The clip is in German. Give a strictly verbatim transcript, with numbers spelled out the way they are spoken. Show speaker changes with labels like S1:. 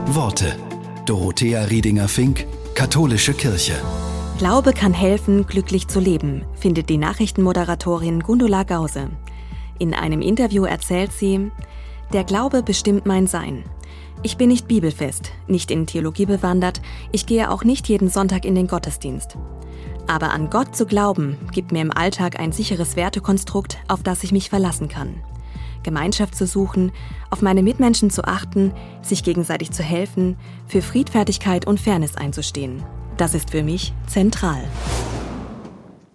S1: Worte. Dorothea Riedinger-Fink, Katholische Kirche.
S2: Glaube kann helfen, glücklich zu leben, findet die Nachrichtenmoderatorin Gundula Gause. In einem Interview erzählt sie: Der Glaube bestimmt mein Sein. Ich bin nicht bibelfest, nicht in Theologie bewandert, ich gehe auch nicht jeden Sonntag in den Gottesdienst. Aber an Gott zu glauben, gibt mir im Alltag ein sicheres Wertekonstrukt, auf das ich mich verlassen kann. Gemeinschaft zu suchen, auf meine Mitmenschen zu achten, sich gegenseitig zu helfen, für Friedfertigkeit und Fairness einzustehen. Das ist für mich zentral.